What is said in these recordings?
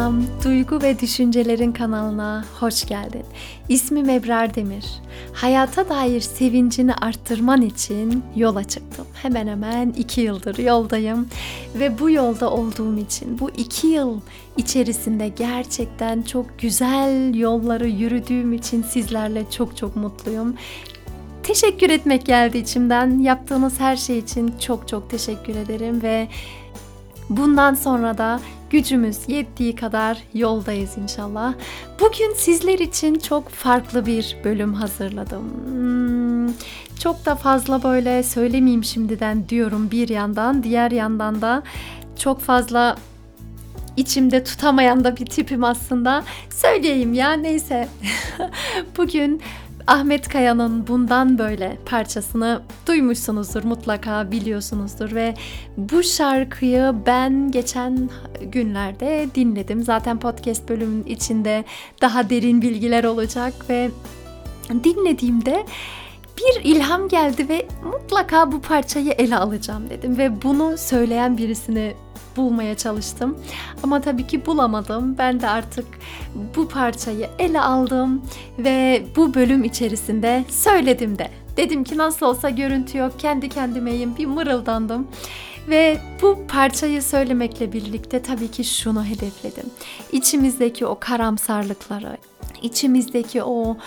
Selam, Duygu ve Düşüncelerin kanalına hoş geldin. İsmim Ebrar Demir. Hayata dair sevincini arttırman için yola çıktım. Hemen hemen 2 yıldır yoldayım ve bu yolda olduğum için, bu 2 yıl içerisinde gerçekten çok güzel yolları yürüdüğüm için sizlerle çok mutluyum. Teşekkür etmek geldi içimden. Yaptığınız her şey için çok teşekkür ederim ve bundan sonra da gücümüz yettiği kadar yoldayız inşallah. Bugün sizler için çok farklı bir bölüm hazırladım. Çok da fazla böyle söylemeyeyim şimdiden diyorum bir yandan. Diğer yandan da çok fazla içimde tutamayan da bir tipim aslında. Söyleyeyim ya, neyse. Bugün Ahmet Kaya'nın Bundan Böyle parçasını duymuşsunuzdur, mutlaka biliyorsunuzdur ve bu şarkıyı ben geçen günlerde dinledim. Zaten podcast bölümünün içinde daha derin bilgiler olacak ve dinlediğimde bir ilham geldi ve mutlaka bu parçayı ele alacağım dedim ve bunu söyleyen birisini bulmaya çalıştım. Ama tabii ki bulamadım. Ben de artık bu parçayı ele aldım ve bu bölüm içerisinde söyledim de. Dedim ki nasıl olsa görüntü yok, kendi kendimeyim, bir mırıldandım. Ve bu parçayı söylemekle birlikte tabii ki şunu hedefledim. İçimizdeki o karamsarlıkları, içimizdeki o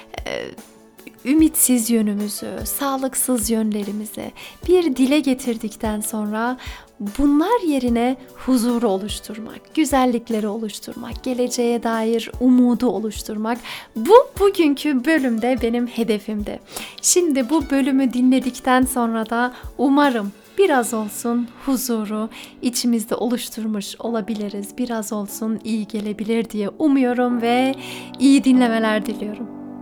ümitsiz yönümüzü, sağlıksız yönlerimizi bir dile getirdikten sonra bunlar yerine huzuru oluşturmak, güzellikleri oluşturmak, geleceğe dair umudu oluşturmak. Bu bugünkü bölümde benim hedefimdi. Şimdi bu bölümü dinledikten sonra da umarım biraz olsun huzuru içimizde oluşturmuş olabiliriz. Biraz olsun iyi gelebilir diye umuyorum ve iyi dinlemeler diliyorum.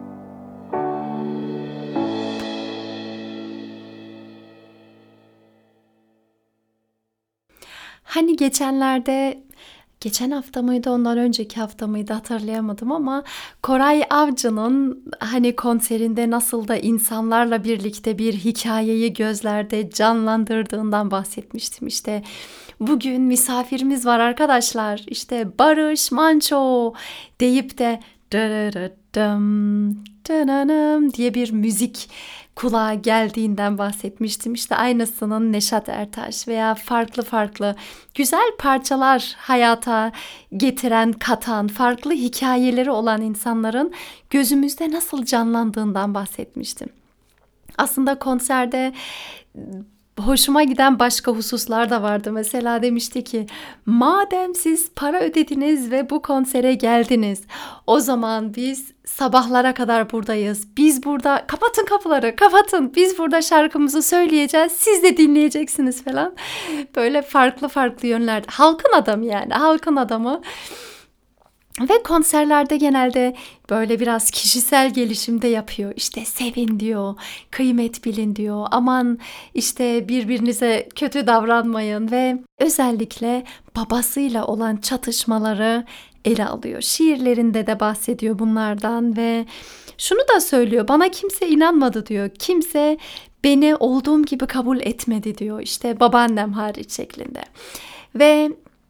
Hani geçen hafta mıydı, ondan önceki hafta mıydı hatırlayamadım ama Koray Avcı'nın hani konserinde nasıl da insanlarla birlikte bir hikayeyi gözlerde canlandırdığından bahsetmiştim. İşte bugün misafirimiz var arkadaşlar, işte Barış Manço deyip de diye bir müzik kulağa geldiğinden bahsetmiştim. İşte aynısının Neşet Ertaş veya farklı güzel parçalar hayata getiren, katan, farklı hikayeleri olan insanların gözümüzde nasıl canlandığından bahsetmiştim. Aslında konserde hoşuma giden başka hususlar da vardı. Mesela demişti ki, madem siz para ödediniz ve bu konsere geldiniz, o zaman biz sabahlara kadar buradayız. Biz burada, kapatın kapıları, kapatın. Biz burada şarkımızı söyleyeceğiz. Siz de dinleyeceksiniz falan. Böyle farklı yönlerde. Halkın adamı yani, halkın adamı. Ve konserlerde genelde böyle biraz kişisel gelişimde yapıyor. İşte sevin diyor, kıymet bilin diyor. Aman işte birbirinize kötü davranmayın ve özellikle babasıyla olan çatışmaları ele alıyor. Şiirlerinde de bahsediyor bunlardan ve şunu da söylüyor. Bana kimse inanmadı diyor. Kimse beni olduğum gibi kabul etmedi diyor. İşte babaannem hariç şeklinde. Ve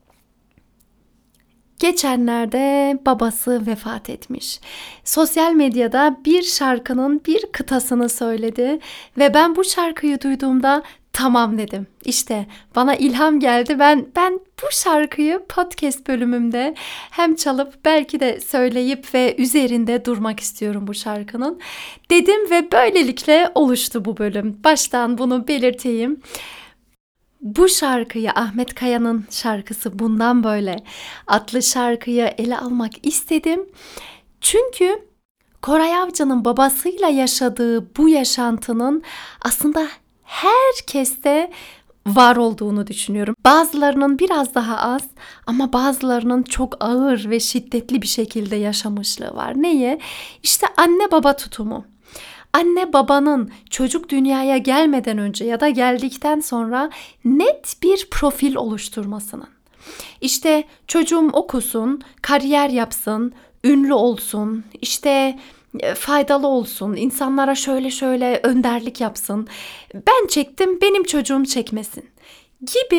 geçenlerde babası vefat etmiş. Sosyal medyada bir şarkının bir kıtasını söyledi ve ben bu şarkıyı duyduğumda tamam dedim. İşte bana ilham geldi. Ben bu şarkıyı podcast bölümümde hem çalıp belki de söyleyip ve üzerinde durmak istiyorum bu şarkının dedim ve böylelikle oluştu bu bölüm. Baştan bunu belirteyim. Bu şarkıyı, Ahmet Kaya'nın şarkısı Bundan Böyle adlı şarkıyı ele almak istedim. Çünkü Koray Avcı'nın babasıyla yaşadığı bu yaşantının aslında herkeste var olduğunu düşünüyorum. Bazılarının biraz daha az ama bazılarının çok ağır ve şiddetli bir şekilde yaşamışlığı var. Neyi? İşte anne baba tutumu. Anne babanın çocuk dünyaya gelmeden önce ya da geldikten sonra net bir profil oluşturmasının. İşte çocuğum okusun, kariyer yapsın, ünlü olsun, işte faydalı olsun, insanlara şöyle önderlik yapsın. Ben çektim, benim çocuğum çekmesin gibi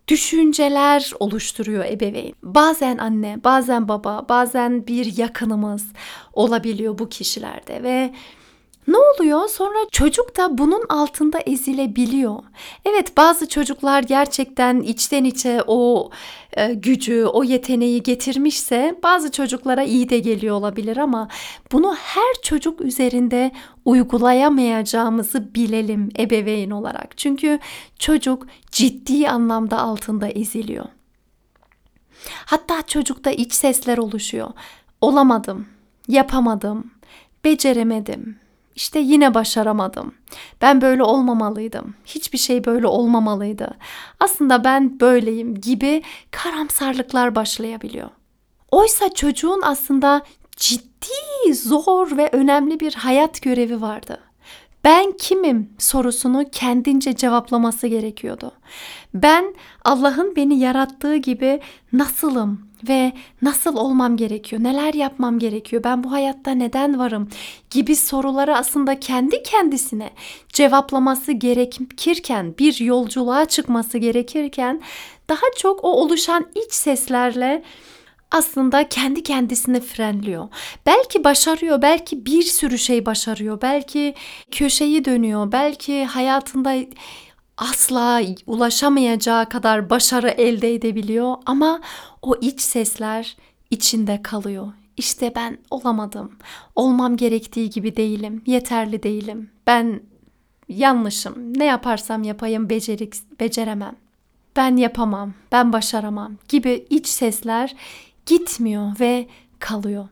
düşünceler oluşturuyor ebeveyn. Bazen anne, bazen baba, bazen bir yakınımız olabiliyor bu kişilerde ve ne oluyor? Sonra çocuk da bunun altında ezilebiliyor. Evet, bazı çocuklar gerçekten içten içe o gücü, o yeteneği getirmişse bazı çocuklara iyi de geliyor olabilir ama bunu her çocuk üzerinde uygulayamayacağımızı bilelim ebeveyn olarak. Çünkü çocuk ciddi anlamda altında eziliyor. Hatta çocukta iç sesler oluşuyor. Olamadım, yapamadım, beceremedim. İşte yine başaramadım. Ben böyle olmamalıydım. Hiçbir şey böyle olmamalıydı. Aslında ben böyleyim gibi karamsarlıklar başlayabiliyor. Oysa çocuğun aslında ciddi, zor ve önemli bir hayat görevi vardı. Ben kimim sorusunu kendince cevaplaması gerekiyordu. Ben Allah'ın beni yarattığı gibi nasılım ve nasıl olmam gerekiyor, neler yapmam gerekiyor, ben bu hayatta neden varım gibi soruları aslında kendi kendisine cevaplaması gerekirken, bir yolculuğa çıkması gerekirken daha çok o oluşan iç seslerle aslında kendi kendisini frenliyor. Belki başarıyor, belki bir sürü şey başarıyor, belki köşeyi dönüyor, belki hayatında asla ulaşamayacağı kadar başarı elde edebiliyor ama o iç sesler içinde kalıyor. İşte ben olamadım, olmam gerektiği gibi değilim, yeterli değilim, ben yanlışım, ne yaparsam yapayım beceremem, ben yapamam, ben başaramam gibi iç sesler gitmiyor ve kalıyor.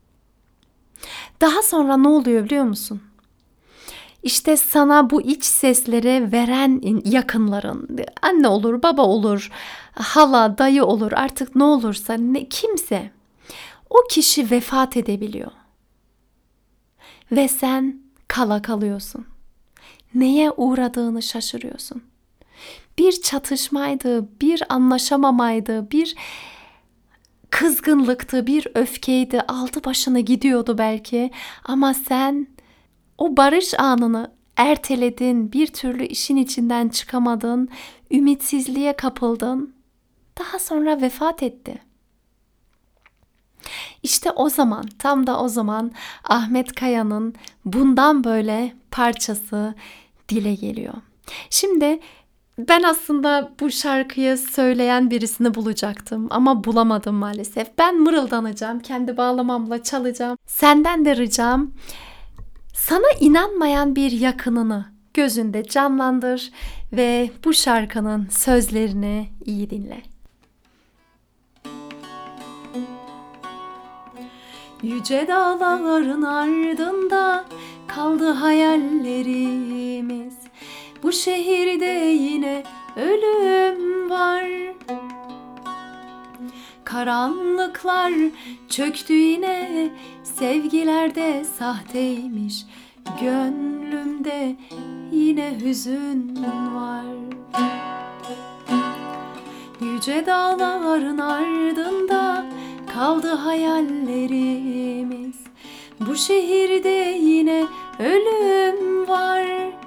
Daha sonra ne oluyor biliyor musun? İşte sana bu iç sesleri veren yakınların, anne olur, baba olur, hala, dayı olur, artık ne olursa, kimse, o kişi vefat edebiliyor. Ve sen kala kalıyorsun. Neye uğradığını şaşırıyorsun. Bir çatışmaydı, bir anlaşamamaydı, bir kızgınlıktı, bir öfkeydi, aldı başını gidiyordu belki ama sen o barış anını erteledin, bir türlü işin içinden çıkamadın, ümitsizliğe kapıldın. Daha sonra vefat etti. İşte o zaman, tam da o zaman Ahmet Kaya'nın bundan böyle parçası dile geliyor. Şimdi ben aslında bu şarkıyı söyleyen birisini bulacaktım ama bulamadım maalesef. Ben mırıldanacağım, kendi bağlamamla çalacağım. Senden de ricam, sana inanmayan bir yakınını gözünde canlandır ve bu şarkının sözlerini iyi dinle. Yüce dağların ardında kaldı hayallerimiz. Bu şehirde yine ölüm var. Karanlıklar çöktü yine, sevgiler de sahteymiş. Gönlümde yine hüzün var. Yüce dağların ardında kaldı hayallerimiz. Bu şehirde yine ölüm var.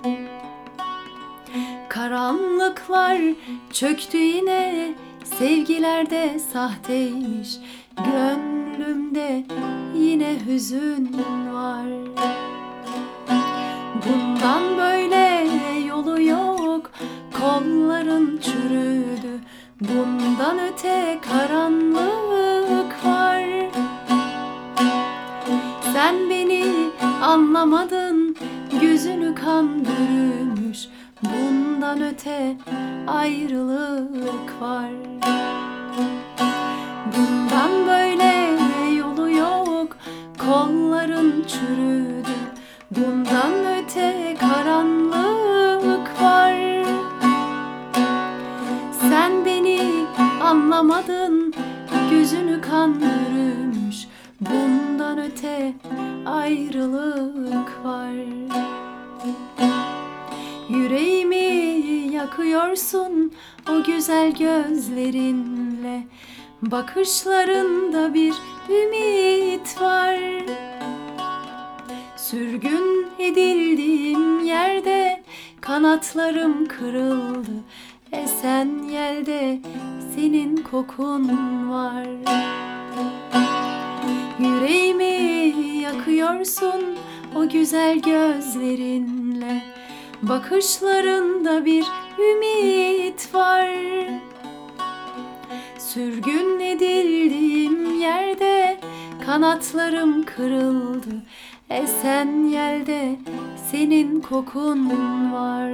Karanlıklar çöktü yine, sevgiler de sahteymiş. Gönlümde yine hüzün var. Bundan böyle yolu yok, kolların çürüdü. Bundan öte karanlık var. Sen beni anlamadın, gözünü kan bürümüş. Bundan öte ayrılık var. Bundan böyle yolu yok, kolların çürüdü. Bundan öte karanlık var. Sen beni anlamadın, gözünü kan bürümüş. Bundan öte ayrılık var. Yüreğimi yakıyorsun o güzel gözlerinle. Bakışlarında bir ümit var. Sürgün edildiğim yerde kanatlarım kırıldı. Esen yelde senin kokun var. Yüreğimi yakıyorsun o güzel gözlerinle. Bakışlarında bir ümit var. Sürgün edildiğim yerde kanatlarım kırıldı. Esen yelde senin kokun var.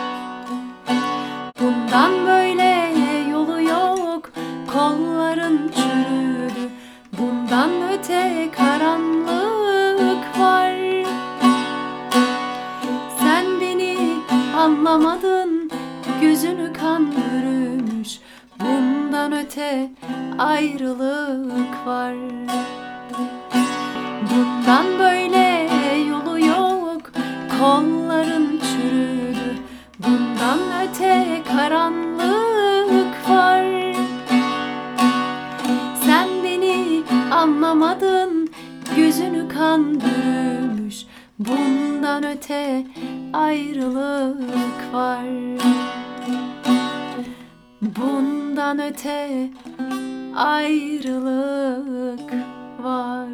Bundan böyle yolu yok, kolların çürüdü. Bundan öte karanlık var. Sen beni anlamadın, gözünü kan bürümüş. Bundan öte ayrılık var. Bundan böyle yolu yok, kolların çürüdü. Bundan öte karanlık var. Sen beni anlamadın, gözünü kan bürümüş. Bundan öte ayrılık var. Bundan öte ayrılık var.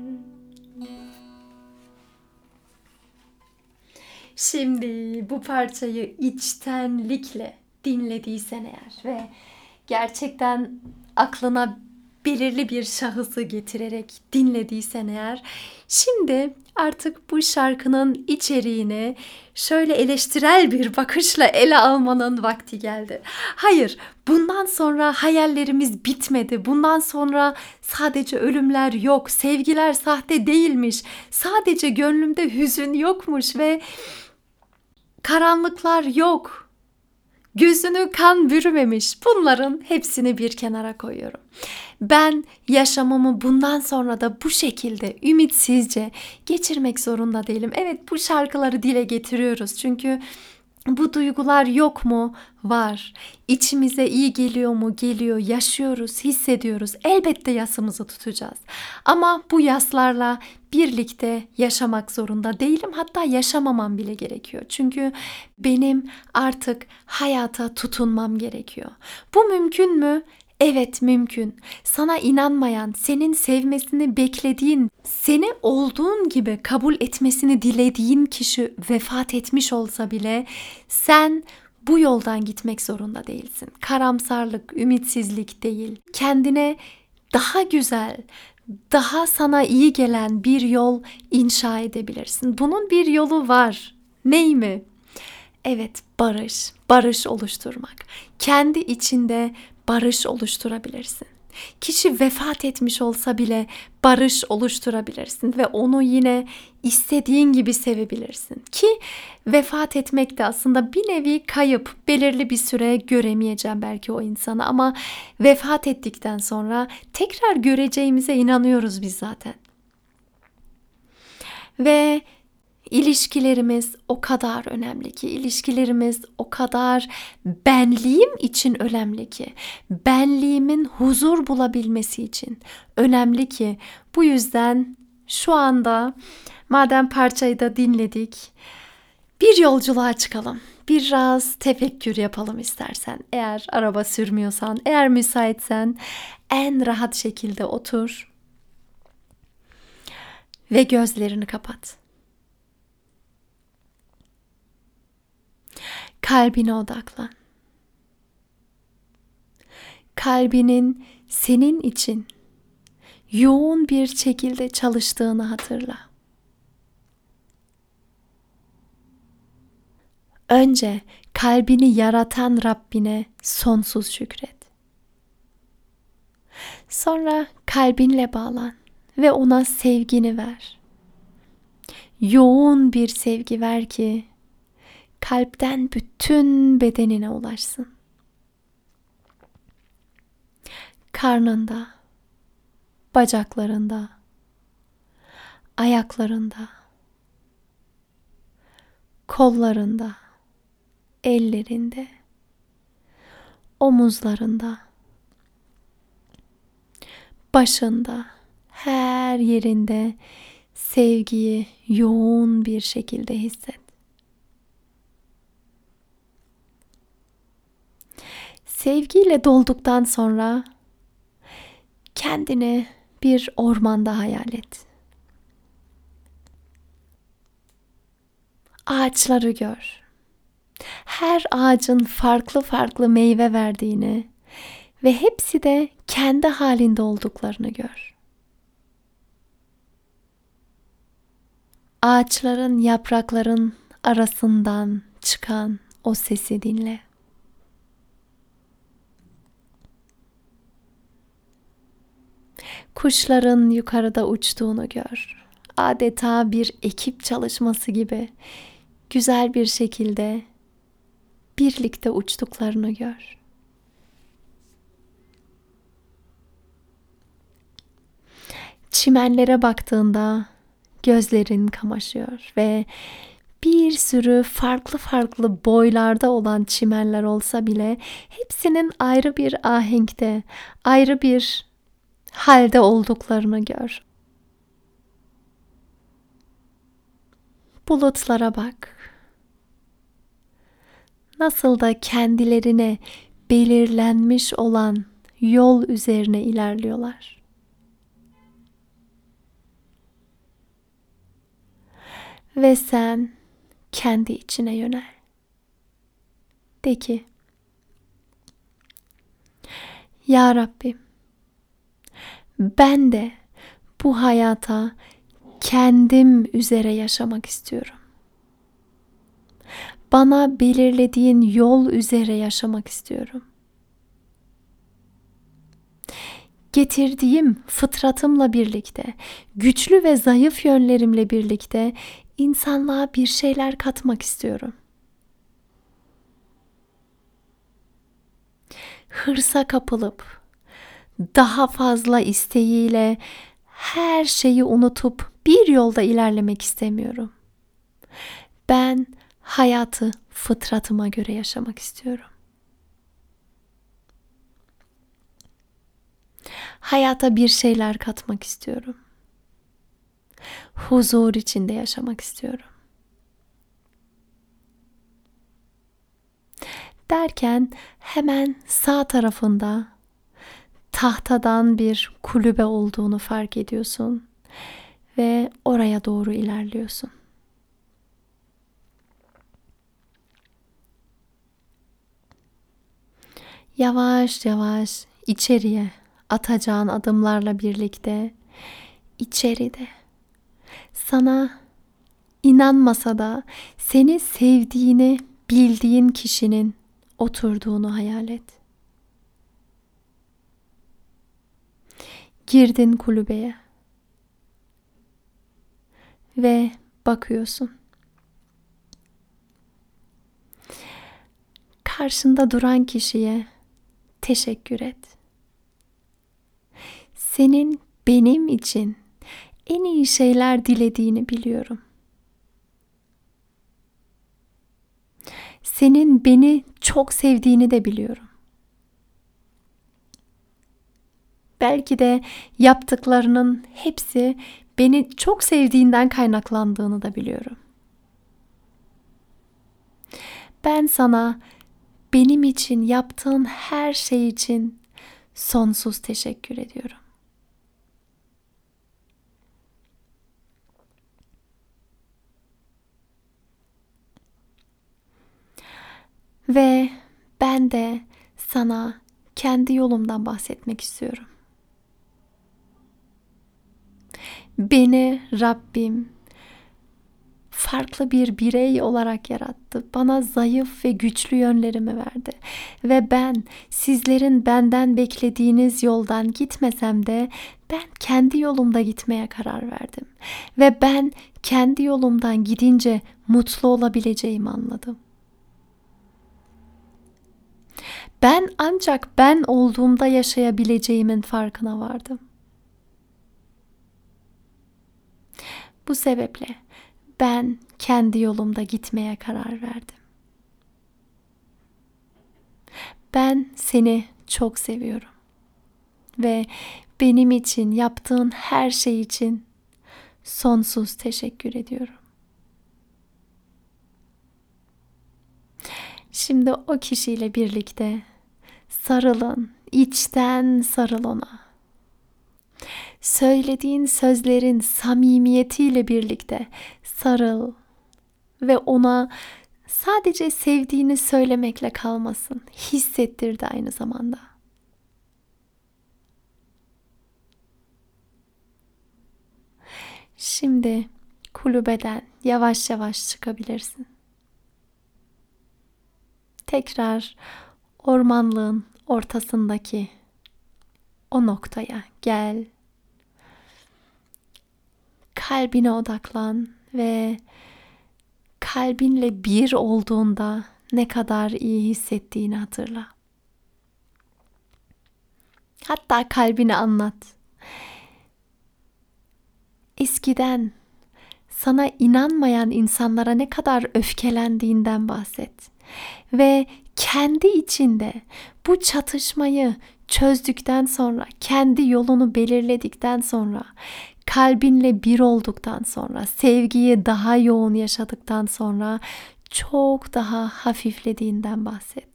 Şimdi bu parçayı içtenlikle dinlediysen eğer ve gerçekten aklına belirli bir şahısı getirerek dinlediysen eğer, şimdi artık bu şarkının içeriğini şöyle eleştirel bir bakışla ele almanın vakti geldi. Hayır, bundan sonra hayallerimiz bitmedi. Bundan sonra sadece ölümler yok, sevgiler sahte değilmiş, sadece gönlümde hüzün yokmuş ve karanlıklar yok. Gözünü kan bürümemiş. Bunların hepsini bir kenara koyuyorum. Ben yaşamımı bundan sonra da bu şekilde ümitsizce geçirmek zorunda değilim. Evet, bu şarkıları dile getiriyoruz. Çünkü bu duygular yok mu? Var. İçimize iyi geliyor mu? Geliyor. Yaşıyoruz, hissediyoruz. Elbette yasımızı tutacağız. Ama bu yaslarla birlikte yaşamak zorunda değilim. Hatta yaşamamam bile gerekiyor. Çünkü benim artık hayata tutunmam gerekiyor. Bu mümkün mü? Evet, mümkün. Sana inanmayan, senin sevmesini beklediğin, seni olduğun gibi kabul etmesini dilediğin kişi vefat etmiş olsa bile sen bu yoldan gitmek zorunda değilsin. Karamsarlık, ümitsizlik değil. Kendine daha güzel, daha sana iyi gelen bir yol inşa edebilirsin. Bunun bir yolu var. Ney mi? Evet, barış. Barış oluşturmak. Kendi içinde barış oluşturabilirsin. Kişi vefat etmiş olsa bile barış oluşturabilirsin ve onu yine istediğin gibi sevebilirsin. Ki vefat etmek de aslında bir nevi kayıp. Belirli bir süre göremeyeceğim belki o insanı ama vefat ettikten sonra tekrar göreceğimize inanıyoruz biz zaten. Ve İlişkilerimiz o kadar önemli ki, ilişkilerimiz o kadar benliğim için önemli ki, benliğimin huzur bulabilmesi için önemli ki, bu yüzden şu anda madem parçayı da dinledik, bir yolculuğa çıkalım. Biraz tefekkür yapalım istersen. Eğer araba sürmüyorsan, eğer müsaitsen en rahat şekilde otur ve gözlerini kapat. Kalbine odaklan. Kalbinin senin için yoğun bir şekilde çalıştığını hatırla. Önce kalbini yaratan Rabbine sonsuz şükret. Sonra kalbinle bağlan ve ona sevgini ver. Yoğun bir sevgi ver ki kalpten bütün bedenine ulaşsın. Karnında, bacaklarında, ayaklarında, kollarında, ellerinde, omuzlarında, başında, her yerinde sevgiyi yoğun bir şekilde hisset. Sevgiyle dolduktan sonra kendini bir ormanda hayal et. Ağaçları gör. Her ağacın farklı farklı meyve verdiğini ve hepsi de kendi halinde olduklarını gör. Ağaçların, yaprakların arasından çıkan o sesi dinle. Kuşların yukarıda uçtuğunu gör. Adeta bir ekip çalışması gibi güzel bir şekilde birlikte uçtuklarını gör. Çimenlere baktığında gözlerin kamaşıyor ve bir sürü farklı farklı boylarda olan çimenler olsa bile hepsinin ayrı bir ahenkte, ayrı bir halde olduklarını gör. Bulutlara bak. Nasıl da kendilerine belirlenmiş olan yol üzerine ilerliyorlar. Ve sen kendi içine yönel. De ki, Ya Rabbim, ben de bu hayata kendim üzere yaşamak istiyorum. Bana belirlediğin yol üzere yaşamak istiyorum. Getirdiğim fıtratımla birlikte, güçlü ve zayıf yönlerimle birlikte insanlığa bir şeyler katmak istiyorum. Hırsa kapılıp, daha fazla isteğiyle her şeyi unutup bir yolda ilerlemek istemiyorum. Ben hayatı fıtratıma göre yaşamak istiyorum. Hayata bir şeyler katmak istiyorum. Huzur içinde yaşamak istiyorum. Derken hemen sağ tarafında tahtadan bir kulübe olduğunu fark ediyorsun ve oraya doğru ilerliyorsun. Yavaş yavaş içeriye atacağın adımlarla birlikte içeride sana inanmasa da seni sevdiğini bildiğin kişinin oturduğunu hayal et. Girdin kulübeye ve bakıyorsun. Karşında duran kişiye teşekkür et. Senin benim için en iyi şeyler dilediğini biliyorum. Senin beni çok sevdiğini de biliyorum. Belki de yaptıklarının hepsi beni çok sevdiğinden kaynaklandığını da biliyorum. Ben sana benim için yaptığın her şey için sonsuz teşekkür ediyorum. Ve ben de sana kendi yolumdan bahsetmek istiyorum. Beni Rabbim farklı bir birey olarak yarattı. Bana zayıf ve güçlü yönlerimi verdi. Ve ben sizlerin benden beklediğiniz yoldan gitmesem de ben kendi yolumda gitmeye karar verdim. Ve ben kendi yolumdan gidince mutlu olabileceğimi anladım. Ben ancak ben olduğumda yaşayabileceğimin farkına vardım. Bu sebeple ben kendi yolumda gitmeye karar verdim. Ben seni çok seviyorum ve benim için yaptığın her şey için sonsuz teşekkür ediyorum. Şimdi o kişiyle birlikte Sarılın, içten sarıl ona. Söylediğin sözlerin samimiyetiyle birlikte sarıl ve ona sadece sevdiğini söylemekle kalmasın. Hissettir de aynı zamanda. Şimdi kulübeden yavaş yavaş çıkabilirsin. Tekrar ormanlığın ortasındaki o noktaya gel. Kalbine odaklan ve kalbinle bir olduğunda ne kadar iyi hissettiğini hatırla. Hatta kalbine anlat. Eskiden sana inanmayan insanlara ne kadar öfkelendiğinden bahset. Ve kendi içinde bu çatışmayı çözdükten sonra, kendi yolunu belirledikten sonra, kalbinle bir olduktan sonra, sevgiyi daha yoğun yaşadıktan sonra çok daha hafiflediğinden bahset.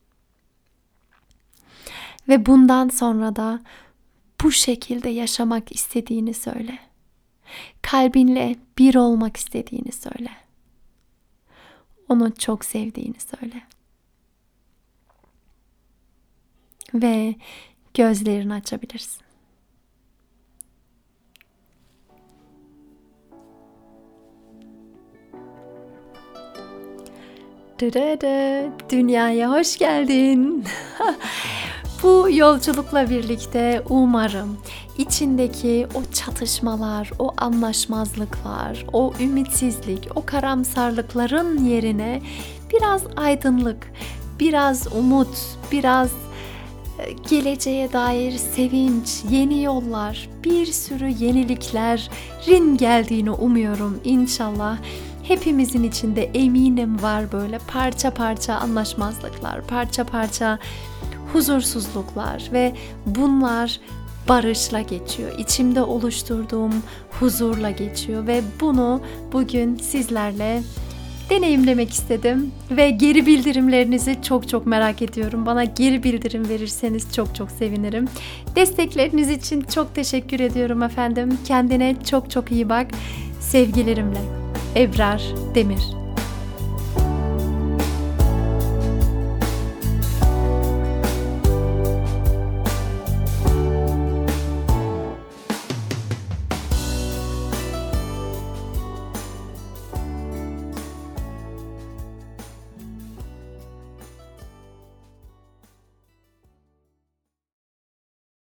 Ve bundan sonra da bu şekilde yaşamak istediğini söyle. Kalbinle bir olmak istediğini söyle. Onu çok sevdiğini söyle. Ve gözlerini açabilirsin. Dünyaya hoş geldin. Bu yolculukla birlikte umarım içindeki o çatışmalar, o anlaşmazlıklar, o ümitsizlik, o karamsarlıkların yerine biraz aydınlık, biraz umut, biraz geleceğe dair sevinç, yeni yollar, bir sürü yeniliklerin geldiğini umuyorum inşallah. Hepimizin içinde eminim var böyle parça parça anlaşmazlıklar, parça parça huzursuzluklar ve bunlar barışla geçiyor. İçimde oluşturduğum huzurla geçiyor ve bunu bugün sizlerle deneyimlemek istedim ve geri bildirimlerinizi çok çok merak ediyorum. Bana geri bildirim verirseniz çok çok sevinirim. Destekleriniz için çok teşekkür ediyorum efendim. Kendine çok çok iyi bak. Sevgilerimle. Ebrar Demir.